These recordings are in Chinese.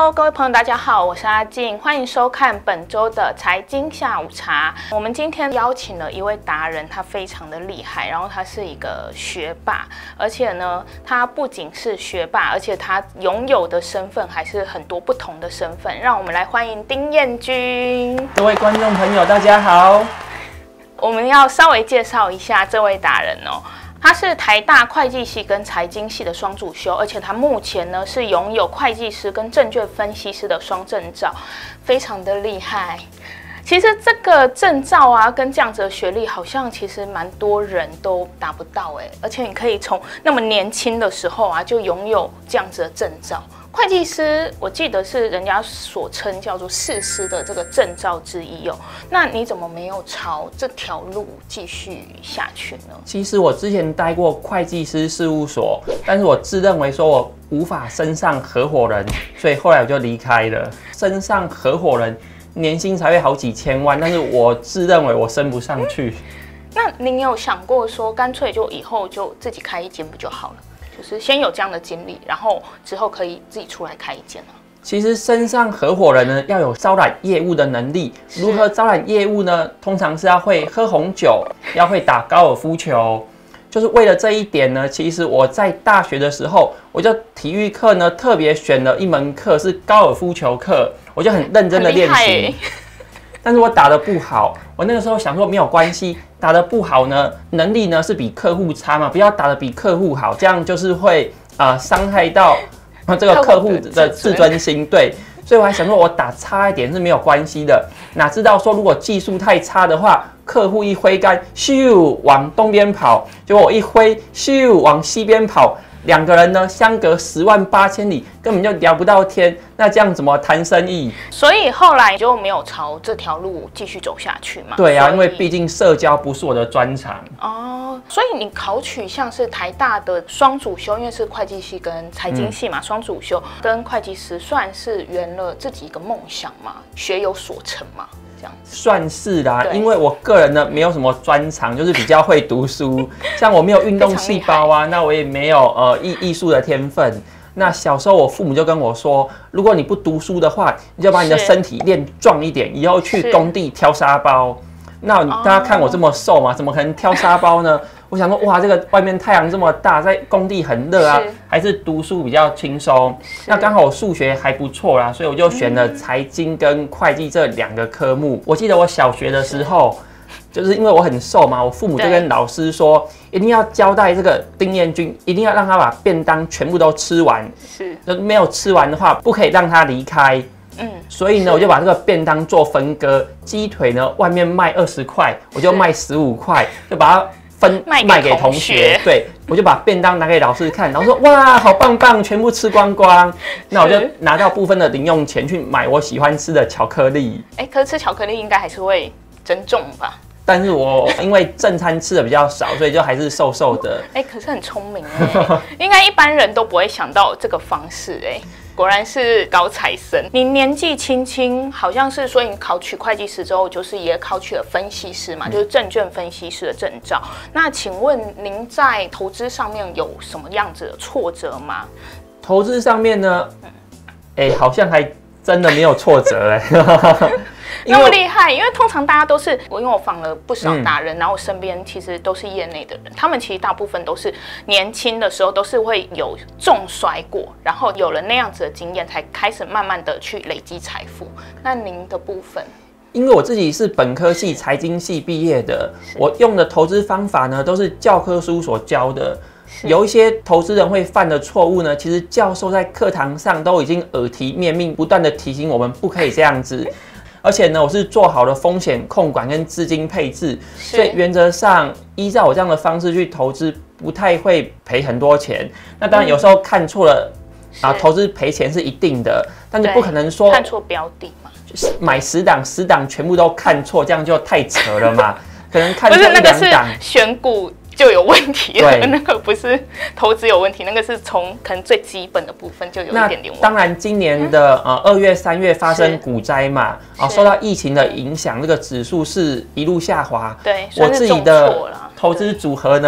Hello， 各位朋友，大家好，我是阿静，欢迎收看本周的财经下午茶。我们今天邀请了一位达人，他非常的厉害，然后他是一个学霸，而且呢，他不仅是学霸，而且他拥有的身份还是很多不同的身份。让我们来欢迎丁彦君。 各位观众朋友，大家好。 我们要稍微介绍一下这位达人哦。他是台大会计系跟财经系的双主修，而且他目前呢是拥有会计师跟证券分析师的双证照，非常的厉害。其实这个证照啊，跟这样子的学历，好像其实蛮多人都达不到哎。而且你可以从那么年轻的时候啊，就拥有这样子的证照。会计师，我记得是人家所称叫做士师的这个证照之一哦。那你怎么没有朝这条路继续下去呢？ 其实我之前待过会计师事务所，但是我自认为说我无法升上合伙人，所以后来我就离开了。升上合伙人，年薪才会好几千万，但是我自认为我升不上去。 那您有想过说，干脆就以后就自己开一间不就好了？就是先有这样的经历，然后之后可以自己出来开一间啊。 其实升上合伙人呢，要有招揽业务的能力。如何招揽业务呢？通常是要会喝红酒，要会打高尔夫球。就是为了这一点呢，其实我在大学的时候，我就体育课呢特别选了一门课是高尔夫球课，我就很认真的练习。但是我打得不好，我那个时候想说没有关系，打得不好呢，能力呢是比客户差嘛，不要打得比客户好，这样就是会伤害到这个客户的自尊心，对，所以我还想说我打差一点是没有关系的，哪知道说如果技术太差的话，客户一挥杆，咻往东边跑，结果我一挥，咻往西边跑。两个人呢相隔108000里，根本就聊不到天，那这样怎么谈生意？ 所以后来就没有朝这条路继续走下去嘛？ 对啊，因为毕竟社交不是我的专长哦。所以你考取像是台大的双主修，因为是会计系跟财经系嘛，双主修跟会计师算是圆了自己一个梦想嘛，学有所成嘛。 算是啦，因为我个人呢没有什么专长，就是比较会读书，像我没有运动细胞啊，那我也没有艺术的天分。那小时候我父母就跟我说，如果你不读书的话，你就把你的身体练壮一点，以后去工地挑沙包。那大家看我这么瘦嘛，怎么可能挑沙包呢？我想说，哇，这个外面太阳这么大，在工地很热啊，还是读书比较轻松。那刚好我数学还不错啦，所以我就选了财经跟会计这2个科目。我记得我小学的时候，就是因为我很瘦嘛，我父母就跟老师说，一定要交代这个丁彦君，一定要让他把便当全部都吃完。是，没有吃完的话，不可以让他离开。所以呢，我就把这个便当做分割，鸡腿呢外面卖20块，我就卖15块，就把它分卖给同学。对，我就把便当拿给老师看，然后说哇，好棒棒，全部吃光光。那我就拿到部分的零用钱去买我喜欢吃的巧克力。 可是吃巧克力应该还是会增重吧？ 但是我因为正餐吃的比较少，所以就还是瘦瘦的。 可是很聪明应该一般人都不会想到这个方式果然是高材生。你年纪轻轻，好像是说你考取会计师之后，就是也考取了分析师嘛，就是证券分析师的证照。那请问您在投资上面有什么样子的挫折吗？ 投资上面呢，好像还真的没有挫折那么厉害，因为通常大家都是因为我访了不少达人，然后我身边其实都是业内的人，他们其实大部分都是年轻的时候都是会有重摔过，然后有了那样子的经验，才开始慢慢的去累积财富。那您的部分？ 因为我自己是本科系财经系毕业的，我用的投资方法呢都是教科书所教的。有一些投资人会犯的错误呢，其实教授在课堂上都已经耳提面命，不断的提醒我们不可以这样子。而且呢，我是做好了风险控管跟资金配置，所以原则上依照我这样的方式去投资，不太会赔很多钱。那当然有时候看错了投资赔钱是一定的，但是不可能说看错标的嘛， 就是买10档全部都看错，这样就太扯了嘛。可能看错1、2档， 不是那个是选股就有问题了，那个不是投资有问题，那个是从可能最基本的部分就有一点点问题。 当然，今年的2月、3月发生股灾嘛，受到疫情的影响，这个指数是一路下滑。 对， 我自己的投资组合呢，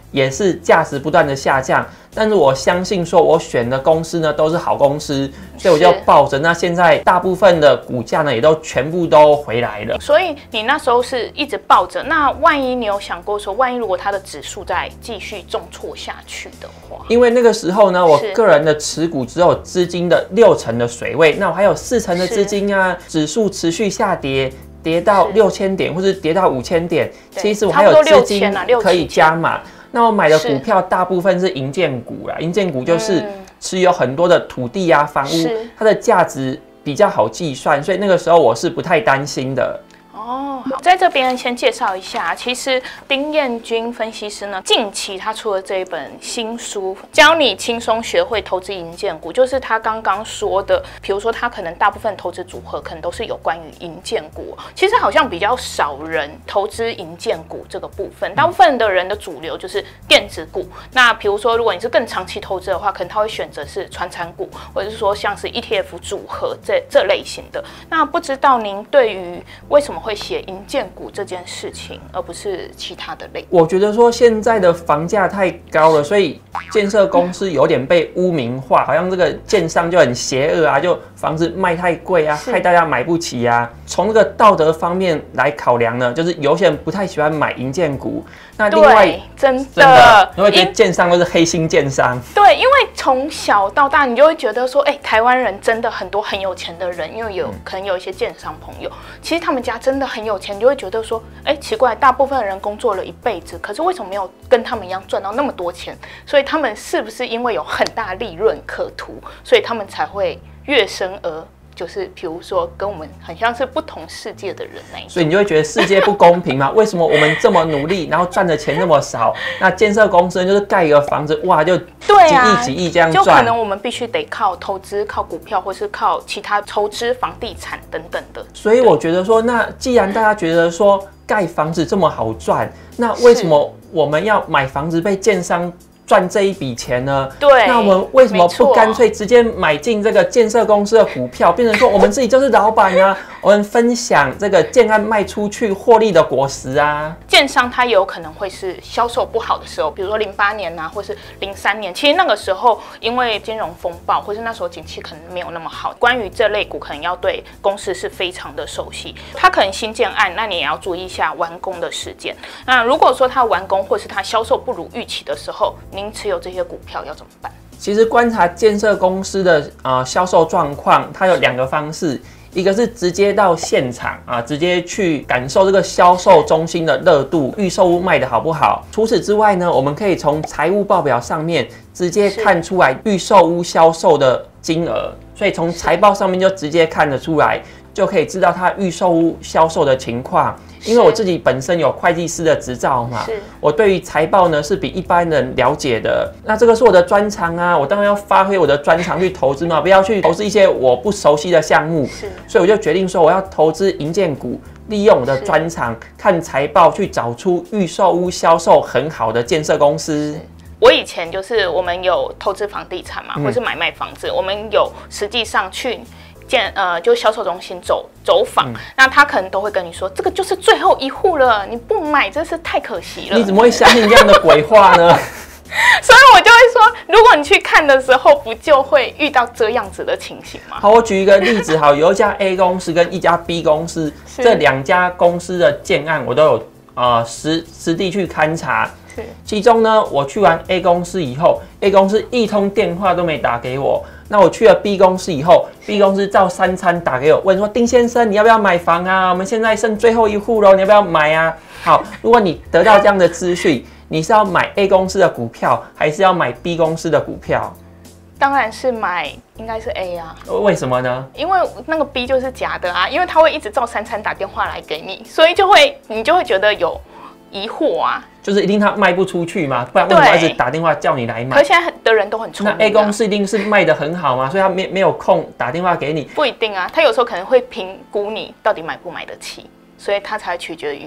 也是价值不断的下降。但是我相信说，我选的公司呢都是好公司，所以我就抱着。那现在大部分的股价呢也都全部都回来了。 所以你那时候是一直抱着。那万一你有想过说，万一如果它的指数再继续重挫下去的话？ 因为那个时候呢，我个人的持股只有资金的60%的水位，那我还有40%的资金啊，指数持续下跌。跌到6000点，或是跌到5000点，其实我还有资金可以加码。那我买的股票大部分是营建股啦，营建股就是持有很多的土地啊、房屋，它的价值比较好计算，所以那个时候我是不太担心的。 哦，好，在这边先介绍一下，其实丁彦君分析师呢，近期他出了这一本新书，教你轻松学会投资营建股，就是他刚刚说的，比如说他可能大部分投资组合可能都是有关于营建股，其实好像比较少人投资营建股这个部分，大部分的人的主流就是电子股。那比如说，如果你是更长期投资的话，可能他会选择是传产股，或者是说像是 ETF 组合这类型的。那不知道您对于为什么会写营建股这件事情，而不是其他的类？ 我觉得说现在的房价太高了，所以建设公司有点被污名化，好像这个建商就很邪恶啊，就房子卖太贵啊，害大家买不起啊。从那个道德方面来考量呢，就是有些人不太喜欢买营建股。那另外， 真的， 因为觉得建商都是黑心建商。 对，因为从小到大，你就会觉得说，台湾人真的很多很有钱的人，因为可能有一些建商朋友，其实他们家真的很有钱，你就会觉得说，奇怪，大部分的人工作了一辈子，可是为什么没有跟他们一样赚到那么多钱？所以他们是不是因为有很大利润可图，所以他们才会跃升而？就是比如说跟我们很像是不同世界的人那一种， 所以你就会觉得世界不公平嘛？为什么我们这么努力，然后赚的钱那么少？那建设公司就是盖一个房子，哇，就几亿这样赚， 就可能我们必须得靠投资、靠股票，或是靠其他投资房地产等等的。 所以我觉得说，那既然大家觉得说盖房子这么好赚，那为什么我们要买房子被建商赚这一笔钱呢？ 对， 那我们为什么不干脆直接买进这个建设公司的股票，变成说我们自己就是老板啊？我们分享这个建案卖出去获利的果实啊。 建商它也有可能会是销售不好的时候，比如说08年啊，或是03年，其实那个时候因为金融风暴，或是那时候景气可能没有那么好，关于这类股可能要对公司是非常的熟悉。它可能新建案，那你也要注意一下完工的时间。那如果说它完工或是它销售不如预期的时候，您持有这些股票要怎么办？ 其实观察建设公司的销售状况，它有2个方式。一个是直接到现场啊，直接去感受这个销售中心的热度，预售屋卖的好不好。除此之外呢，我们可以从财务报表上面直接看出来预售屋销售的金额，所以从财报上面就直接看得出来，就可以知道它预售屋销售的情况。因为我自己本身有会计师的执照嘛，我对于财报呢是比一般人了解的。那这个是我的专长啊，我当然要发挥我的专长去投资嘛，不要去投资一些我不熟悉的项目。所以我就决定说，我要投资营建股，利用我的专长看财报去找出预售屋销售很好的建设公司。 我以前就是我们有投资房地产嘛，或是买卖房子，我们有实际上去就销售中心走访，那他可能都会跟你说，这个就是最后一户了，你不买真是太可惜了。 你怎么会相信这样的鬼话呢？ 所以我就会说，如果你去看的时候，不就会遇到这样子的情形吗？ 好，我举一个例子，好，有一家 A 公司跟一家 B 公司，这2家公司的建案我都有实地去勘察。其中呢，我去完 A 公司以后 ，A 公司一通电话都没打给我。那我去了 B 公司以后 ，B 公司照3餐打给我，问说：“丁先生，你要不要买房啊？我们现在剩最后一户喽，你要不要买啊？”好，如果你得到这样的资讯，你是要买 A 公司的股票，还是要买 B 公司的股票？ 当然是买，应该是 A 啊。 为什么呢？ 因为那个 B 就是假的啊，因为他会一直照3餐打电话来给你，所以你就会觉得有疑惑啊。 就是一定他卖不出去嘛，不然为什么一直打电话叫你来买？ 可是现在的人都很聪明。 那 A 公司一定是卖得很好嘛，所以他没有空打电话给你。 不一定啊，他有时候可能会评估你到底买不买得起，所以他才取决于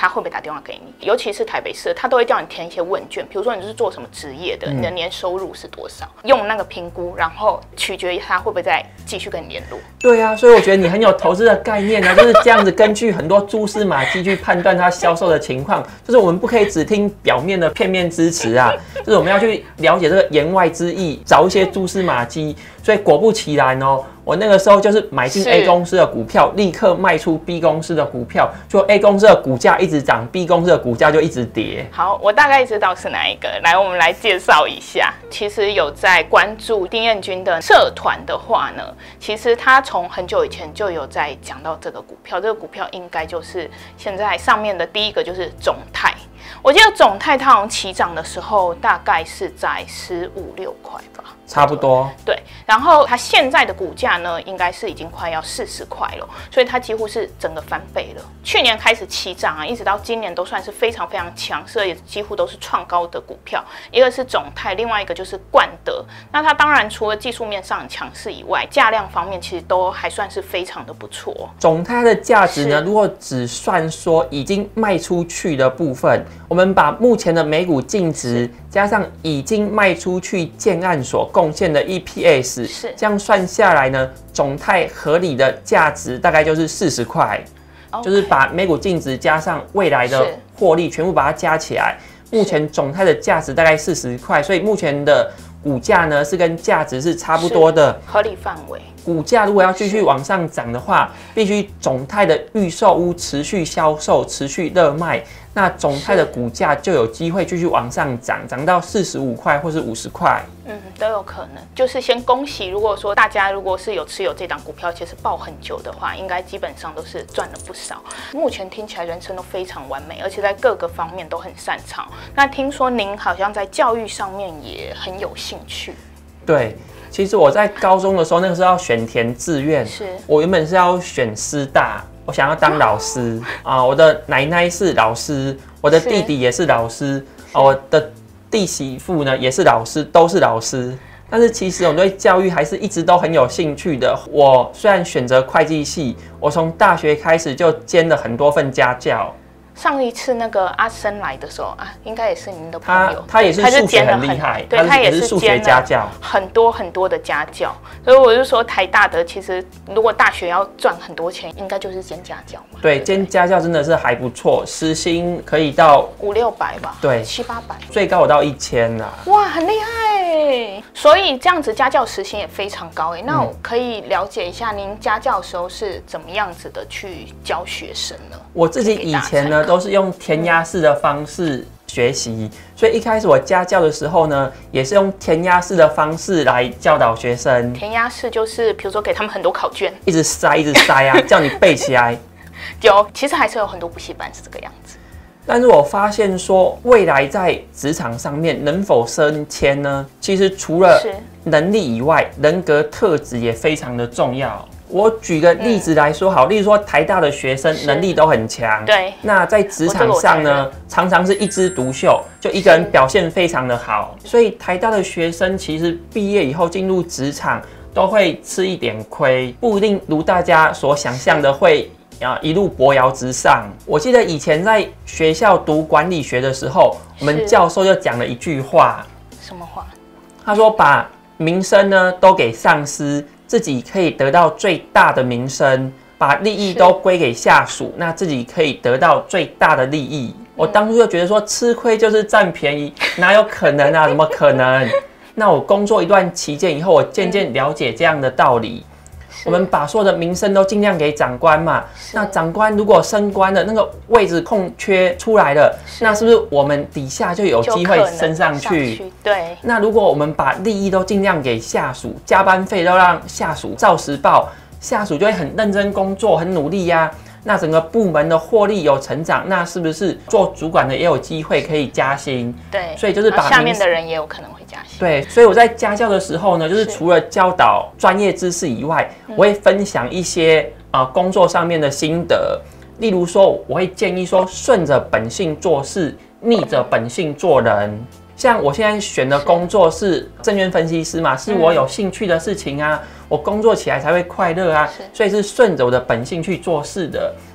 他会不会打电话给你？尤其是台北市，他都会叫你填一些问卷，比如说你是做什么职业的，你的年收入是多少，用那个评估，然后取决于他会不会再继续跟你联络。对啊，所以我觉得你很有投资的概念啊，就是这样子根据很多蛛丝马迹去判断它销售的情况，就是我们不可以只听表面的片面之词啊，就是我们要去了解这个言外之意，找一些蛛丝马迹。所以果不其然哦，我那个时候就是买进 A 公司的股票，立刻卖出 B 公司的股票，就 A 公司的股价一直涨 ，B 公司的股价就一直跌。 好，我大概知道是哪一个，来，我们来介绍一下。其实有在关注丁彦君的社团的话呢，其实他从很久以前就有在讲到这个股票，这个股票应该就是现在上面的第一个就是总泰。我记得总泰它好像起涨的时候大概是在15、16块吧， 差不多。 对，然后它现在的股价呢，应该是已经快要40块了，所以它几乎是整个翻倍了。去年开始起涨啊，一直到今年都算是非常非常强势，也几乎都是创高的股票。一个是总泰，另外一个就是冠德。那它当然除了技术面上很强势以外，价量方面其实都还算是非常的不错。 总泰的价值呢，如果只算说已经卖出去的部分，我们把目前的每股净值加上已经卖出去建案所贡献的 EPS， 这样算下来呢，总泰合理的价值大概就是40块，就是把每股净值加上未来的获利全部把它加起来，目前总泰的价值大概40块，所以目前的股价呢是跟价值是差不多的， 合理范围。 股价如果要继续往上涨的话，必须总泰的预售屋持续销售、持续热卖，那总泰的股价就有机会继续往上涨，涨到45块或是50块。 都有可能。就是先恭喜，如果说大家如果是有持有这档股票，其实抱很久的话，应该基本上都是赚了不少。目前听起来人生都非常完美，而且在各个方面都很擅长。那听说您好像在教育上面也很有兴趣。 对。其实我在高中的时候，那个时候要选填志愿，我原本是要选师大，我想要当老师啊。我的奶奶是老师，我的弟弟也是老师，我的弟媳妇呢也是老师，都是老师。但是其实我对教育还是一直都很有兴趣的。我虽然选择会计系，我从大学开始就兼了很多份家教。 上一次那个阿生来的时候啊，应该也是您的朋友， 他也是数学很厉害， 对，他也是数学家教， 很多的家教，所以我就说台大的其实如果大学要赚很多钱，应该就是兼家教嘛。 对，兼家教真的是还不错，时薪可以到 500-600吧， 对 ，700-800， 最高有到1000啦。 哇，很厉害！所以这样子家教时薪也非常高那我可以了解一下您家教的时候是怎么样子的去教学生呢？ 我自己以前呢都是用填鸭式的方式学习，所以一开始我家教的时候呢，也是用填鸭式的方式来教导学生。 填鸭式就是比如说给他们很多考卷， 一直塞啊，叫你背起来。 其实还是有很多补习班是这个样子。 但是我发现说，未来在职场上面能否升迁呢？其实除了能力以外，人格特质也非常的重要。我举个例子来说好，例如说台大的学生能力都很强， 对， 那在职场上呢，常常是一枝独秀，就一个人表现非常的好，所以台大的学生其实毕业以后进入职场都会吃一点亏，不一定如大家所想象的会一路扶摇直上。我记得以前在学校读管理学的时候，我们教授就讲了一句话， 什么话？ 他说把名声呢都给上司，自己可以得到最大的名声，把利益都归给下属，那自己可以得到最大的利益。我当初就觉得说吃亏就是占便宜，哪有可能啊？怎么可能？那我工作一段期间以后，我渐渐了解这样的道理。我们把所有的名声都尽量给长官嘛，那长官如果升官了，那个位置空缺出来了，那是不是我们底下就有机会升上去？ 对。 那如果我们把利益都尽量给下属，加班费都让下属照实报，下属就会很认真工作，很努力呀。那整个部门的获利有成长，那是不是做主管的也有机会可以加薪？ 对， 所以就是把下面的人也有可能会加薪。 对，所以我在家教的时候呢，就是除了教导专业知识以外，我会分享一些工作上面的心得。例如说，我会建议说，顺着本性做事，逆着本性做人。像我现在选的工作是证券分析师嘛，是我有兴趣的事情啊，我工作起来才会快乐啊，所以是顺着我的本性去做事的。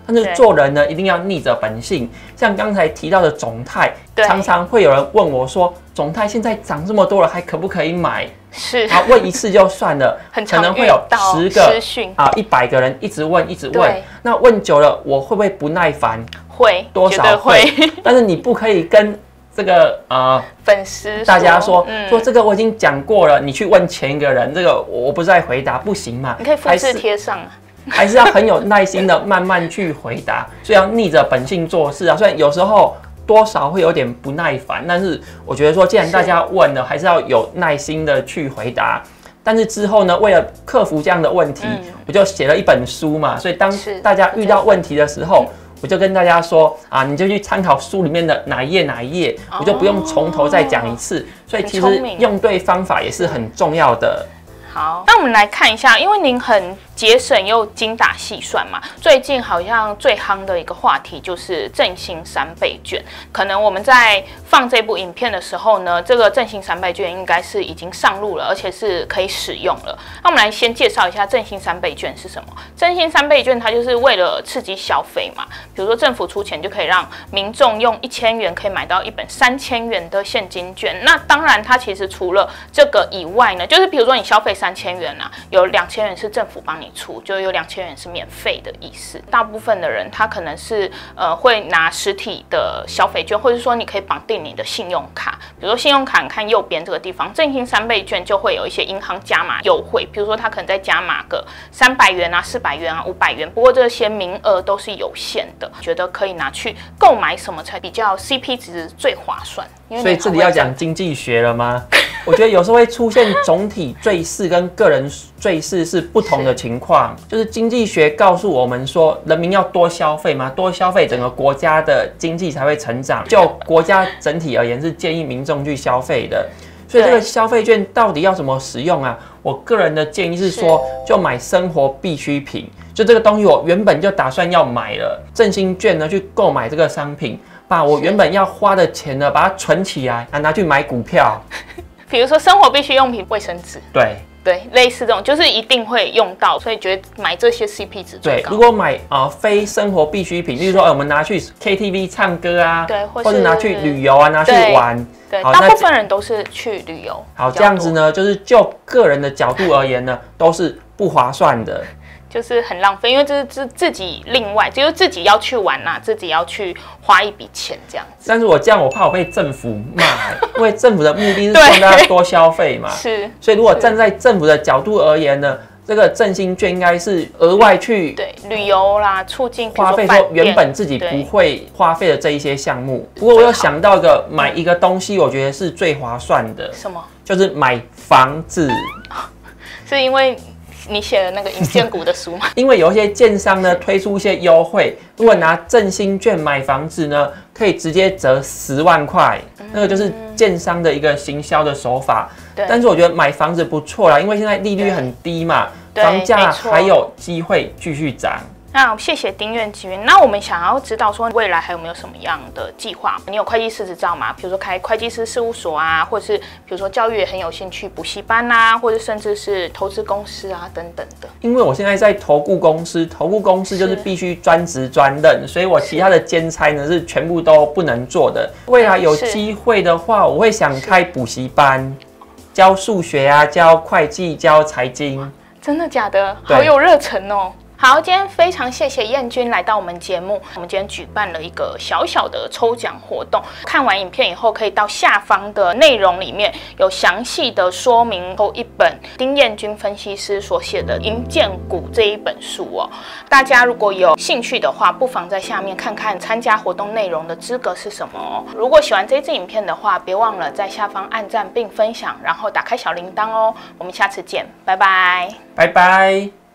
但是做人呢，一定要逆着本性。像刚才提到的总泰，常常会有人问我说，总泰现在涨这么多了，还可不可以买？ 是， 啊，问一次就算了，可能会有10个100个人一直问，那问久了，我会不会不耐烦？ 会， 多少会。但是你不可以跟这个粉丝大家说这个我已经讲过了，你去问前一个人，这个我不再回答，不行嘛？ 你可以复制贴上啊。 还是要很有耐心的慢慢去回答，所以要逆着本性做事啊。虽然有时候多少会有点不耐烦，但是我觉得说，既然大家问了，还是要有耐心的去回答。但是之后呢，为了克服这样的问题，我就写了一本书嘛。所以当大家遇到问题的时候，我就跟大家说啊，你就去参考书里面的哪一页，我就不用从头再讲一次。所以其实用对方法也是很重要的。 好，那我们来看一下，因为您很节省又精打细算嘛，最近好像最夯的一个话题就是振兴3倍券。可能我们在放这部影片的时候呢，这个振兴3倍券应该是已经上路了，而且是可以使用了。那我们来先介绍一下振兴3倍券是什么。振兴3倍券它就是为了刺激消费嘛，比如说政府出钱就可以让民众用1000元可以买到一本3000元的现金券。那当然，它其实除了这个以外呢，就是比如说你消费3000元啊，有2000元是政府帮你出，就有2000元是免费的意思。大部分的人他可能是会拿实体的消费券，或者说你可以绑定你的信用卡，比如说信用卡，你看右边这个地方，振兴3倍券就会有一些银行加码优惠，比如说他可能再加码个300元啊、400元啊、500元，不过这些名额都是有限的，觉得可以拿去购买什么才比较 CP 值最划算。 所以这里要讲经济学了吗？我觉得有时候会出现总体税事跟个人税事是不同的情况，就是经济学告诉我们说，人民要多消费嘛，多消费整个国家的经济才会成长。就国家整体而言，是建议民众去消费的。所以这个消费券到底要怎么使用啊？我个人的建议是说，就买生活必需品，就这个东西我原本就打算要买了，振兴券呢去购买这个商品，把我原本要花的钱呢，把它存起来，拿去买股票。 比如说生活必需用品、卫生纸，对，类似这种就是一定会用到，所以觉得买这些 CP 值最高。 对，如果买非生活必需品，例如说我们拿去 KTV 唱歌啊， 对， 或者拿去旅游啊，拿去玩， 对，大部分人都是去旅游。 好，这样子呢，就是就个人的角度而言呢，都是不划算的。 就是很浪费，因为这是自己另外，就是自己要去玩啊，自己要去花一笔钱这样子。 但是我这样，我怕我被政府骂，因为政府的目的是让大家多消费嘛。 是。 所以如果站在政府的角度而言呢，这个振兴券应该是额外去旅游啦，促进花费说原本自己不会花费的这一些项目。不过我有想到买一个东西，我觉得是最划算的。 什么？ 就是买房子。 是因为你写了那个银建股的书吗？ 因为有一些建商呢推出一些优惠，如果拿振兴券买房子呢，可以直接折10万块，那个就是建商的一个行销的手法。但是我觉得买房子不错啦，因为现在利率很低嘛，房价还有机会继续涨。 那谢谢丁院君。那我们想要知道说未来还有没有什么样的计划？你有会计师执照吗？比如说开会计师事务所啊，或者是比如说教育也很有兴趣，补习班啊，或者甚至是投资公司啊等等的。 因为我现在在投顾公司，投顾公司就是必须专职专任，所以我其他的兼差呢是全部都不能做的。未来有机会的话，我会想开补习班，教数学啊，教会计，教财经。 真的假的？好有热忱哦。好，今天非常谢谢燕君来到我们节目。我们今天举办了一个小小的抽奖活动，看完影片以后，可以到下方的内容里面有详细的说明，抽一本丁燕君分析师所写的《银建股》这一本书哦。大家如果有兴趣的话，不妨在下面看看参加活动内容的资格是什么哦。如果喜欢这支影片的话，别忘了在下方按赞并分享，然后打开小铃铛哦。我们下次见，拜拜， 拜拜。